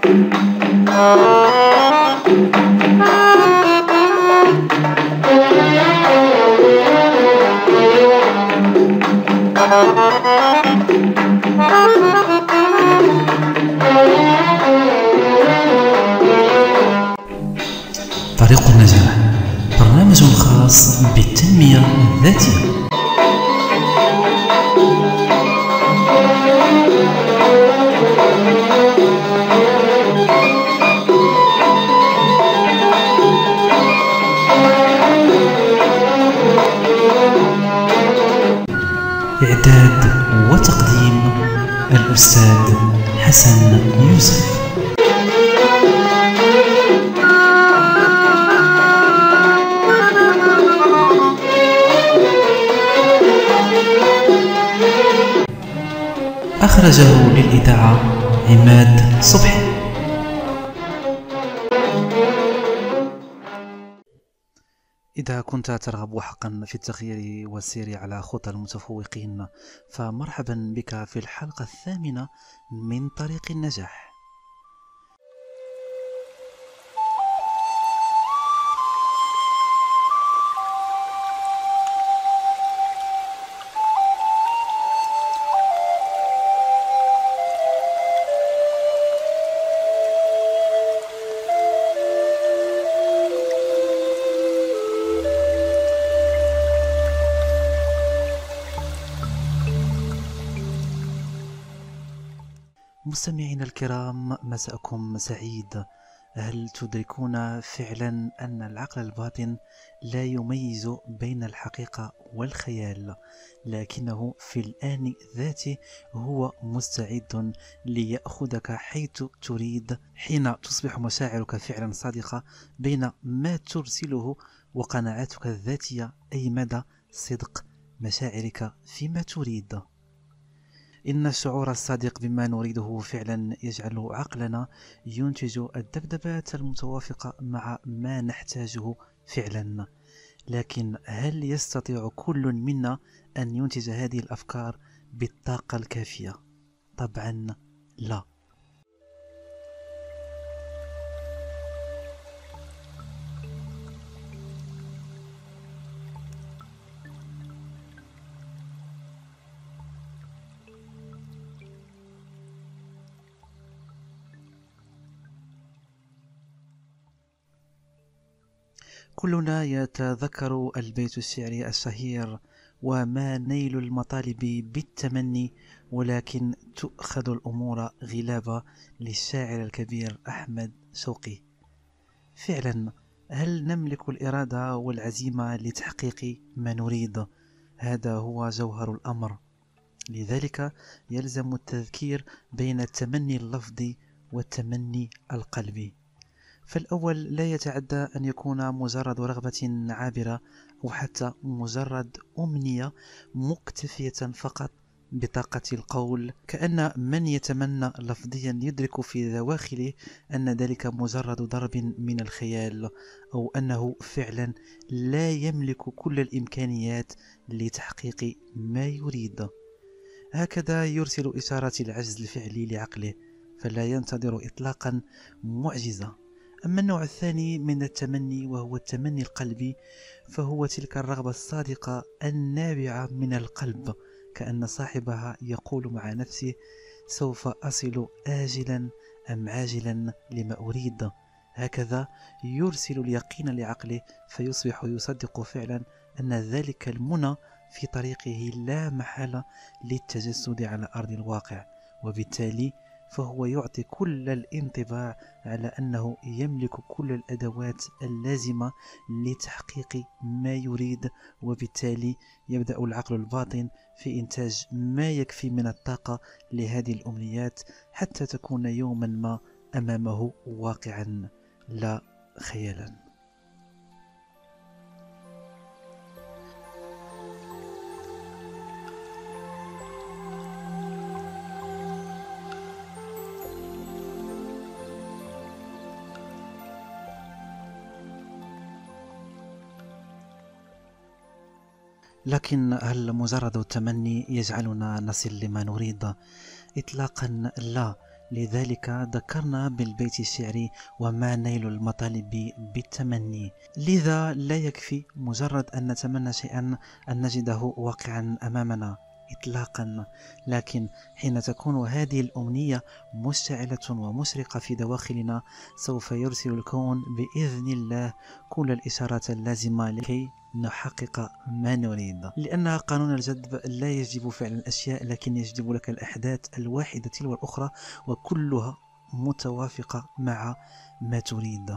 طريق النجاح، برنامج خاص بالتنمية الذاتية. إعداد وتقديم الأستاذ حسن يوسف. أخرجه للإذاعة عماد صبحي. إذا كنت ترغب حقا في التغيير والسير على خطى المتفوقين، فمرحبا بك في الحلقة الثامنة من طريق النجاح. مستمعينا الكرام، مساءكم سعيد. هل تدركون فعلا أن العقل الباطن لا يميز بين الحقيقة والخيال، لكنه في الآن ذاته هو مستعد ليأخذك حيث تريد، حين تصبح مشاعرك فعلا صادقة بين ما ترسله وقناعاتك الذاتية أي مدى صدق مشاعرك فيما تريد. إن الشعور الصادق بما نريده فعلا يجعل عقلنا ينتج الذبذبات المتوافقة مع ما نحتاجه فعلا. لكن هل يستطيع كل منا أن ينتج هذه الأفكار بالطاقة الكافية؟ طبعا لا. كلنا يتذكر البيت الشعري الشهير: وما نيل المطالب بالتمني ولكن تؤخذ الأمور غلابة، للشاعر الكبير أحمد شوقي. فعلا، هل نملك الإرادة والعزيمة لتحقيق ما نريد؟ هذا هو جوهر الأمر. لذلك يلزم التذكير بين التمني اللفظي والتمني القلبي. فالأول لا يتعدى أن يكون مجرد رغبة عابرة أو حتى مجرد أمنية مكتفية فقط بطاقة القول، كأن من يتمنى لفظيا يدرك في دواخله أن ذلك مجرد ضرب من الخيال، أو أنه فعلا لا يملك كل الإمكانيات لتحقيق ما يريد. هكذا يرسل إشارة العجز الفعلي لعقله، فلا ينتظر إطلاقا معجزة. أما النوع الثاني من التمني وهو التمني القلبي، فهو تلك الرغبة الصادقة النابعة من القلب، كأن صاحبها يقول مع نفسه: سوف أصل آجلا أم عاجلا لما أريد. هكذا يرسل اليقين لعقله، فيصبح يصدق فعلا أن ذلك المنى في طريقه لا محالة للتجسد على أرض الواقع، وبالتالي فهو يعطي كل الانطباع على أنه يملك كل الأدوات اللازمة لتحقيق ما يريد، وبالتالي يبدأ العقل الباطن في إنتاج ما يكفي من الطاقة لهذه الأمنيات حتى تكون يوما ما أمامه واقعا لا خيالا. لكن هل مجرد التمني يجعلنا نصل لما نريد؟ إطلاقا لا. لذلك ذكرنا بالبيت الشعري: وما نيل المطالب بالتمني. لذا لا يكفي مجرد أن نتمنى شيئا أن نجده واقعا أمامنا إطلاقا، لكن حين تكون هذه الأمنية مشتعلة ومشرقة في دواخلنا، سوف يرسل الكون بإذن الله كل الإشارات اللازمة لكي نحقق ما نريد. لأن قانون الجذب لا يجلب فعل الأشياء، لكن يجلب لك الأحداث الواحدة تلو الأخرى، وكلها متوافقة مع ما تريد.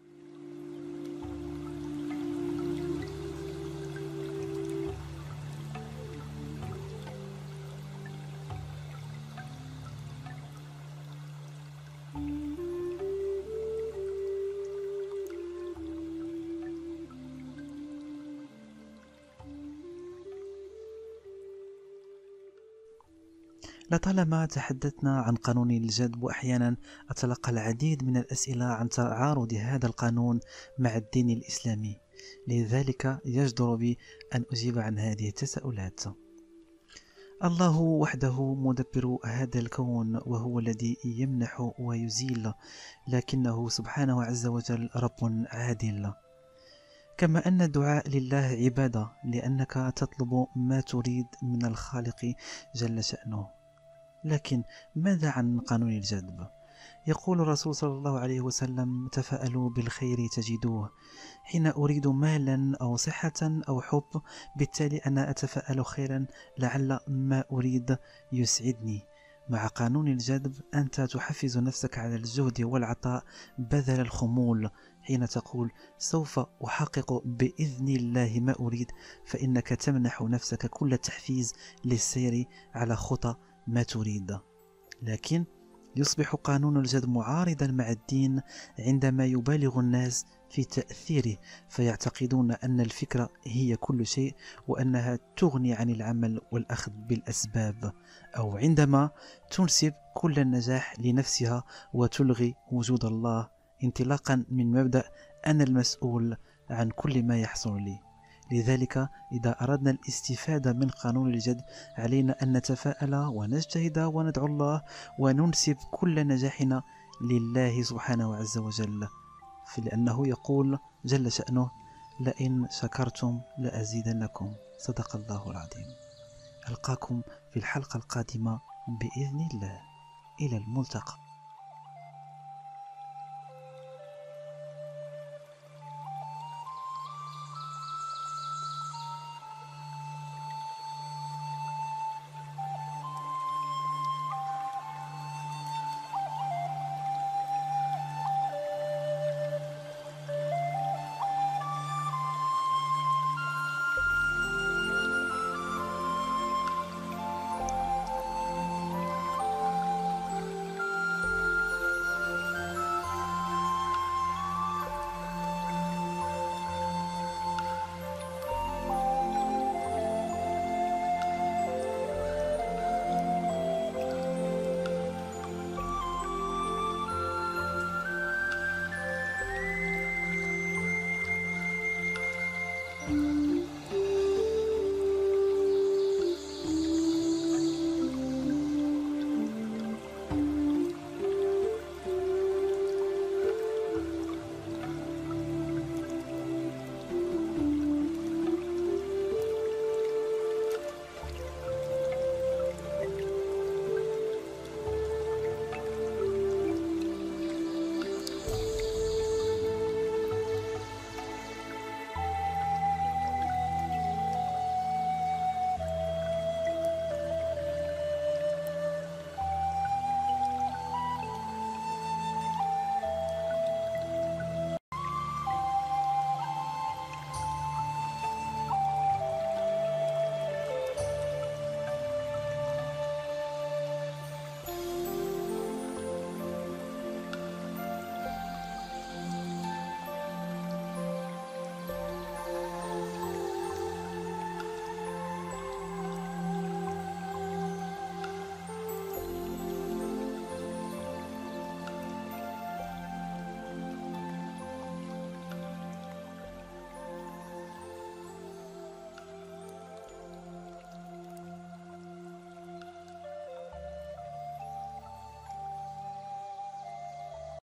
لطالما تحدثنا عن قانون الجذب، وأحيانا أتلقى العديد من الأسئلة عن تعارض هذا القانون مع الدين الإسلامي، لذلك يجدر بي أن أجيب عن هذه التساؤلات. الله وحده مدبر هذا الكون، وهو الذي يمنح ويزيل، لكنه سبحانه عز وجل رب عادل. كما أن الدعاء لله عبادة، لأنك تطلب ما تريد من الخالق جل شأنه. لكن ماذا عن قانون الجذب؟ يقول الرسول صلى الله عليه وسلم: تفاءلوا بالخير تجدوه. حين أريد مالا أو صحة أو حب، بالتالي أنا أتفاءل خيرا لعل ما أريد يسعدني. مع قانون الجذب أنت تحفز نفسك على الجهد والعطاء بدل الخمول. حين تقول سوف أحقق بإذن الله ما أريد، فإنك تمنح نفسك كل التحفيز للسير على خطى ما تريد. لكن يصبح قانون الجذب معارضا مع الدين عندما يبالغ الناس في تأثيره، فيعتقدون أن الفكرة هي كل شيء، وأنها تغني عن العمل والأخذ بالأسباب، أو عندما تنسب كل النجاح لنفسها وتلغي وجود الله انطلاقا من مبدأ أنا المسؤول عن كل ما يحصل لي. لذلك إذا أردنا الاستفادة من قانون الجذب، علينا أن نتفاءل ونجتهد وندعو الله وننسب كل نجاحنا لله سبحانه عز وجل، لأنه يقول جل شأنه: لئن شكرتم لأزيدنكم. صدق الله العظيم. ألقاكم في الحلقة القادمة بإذن الله. إلى الملتقى.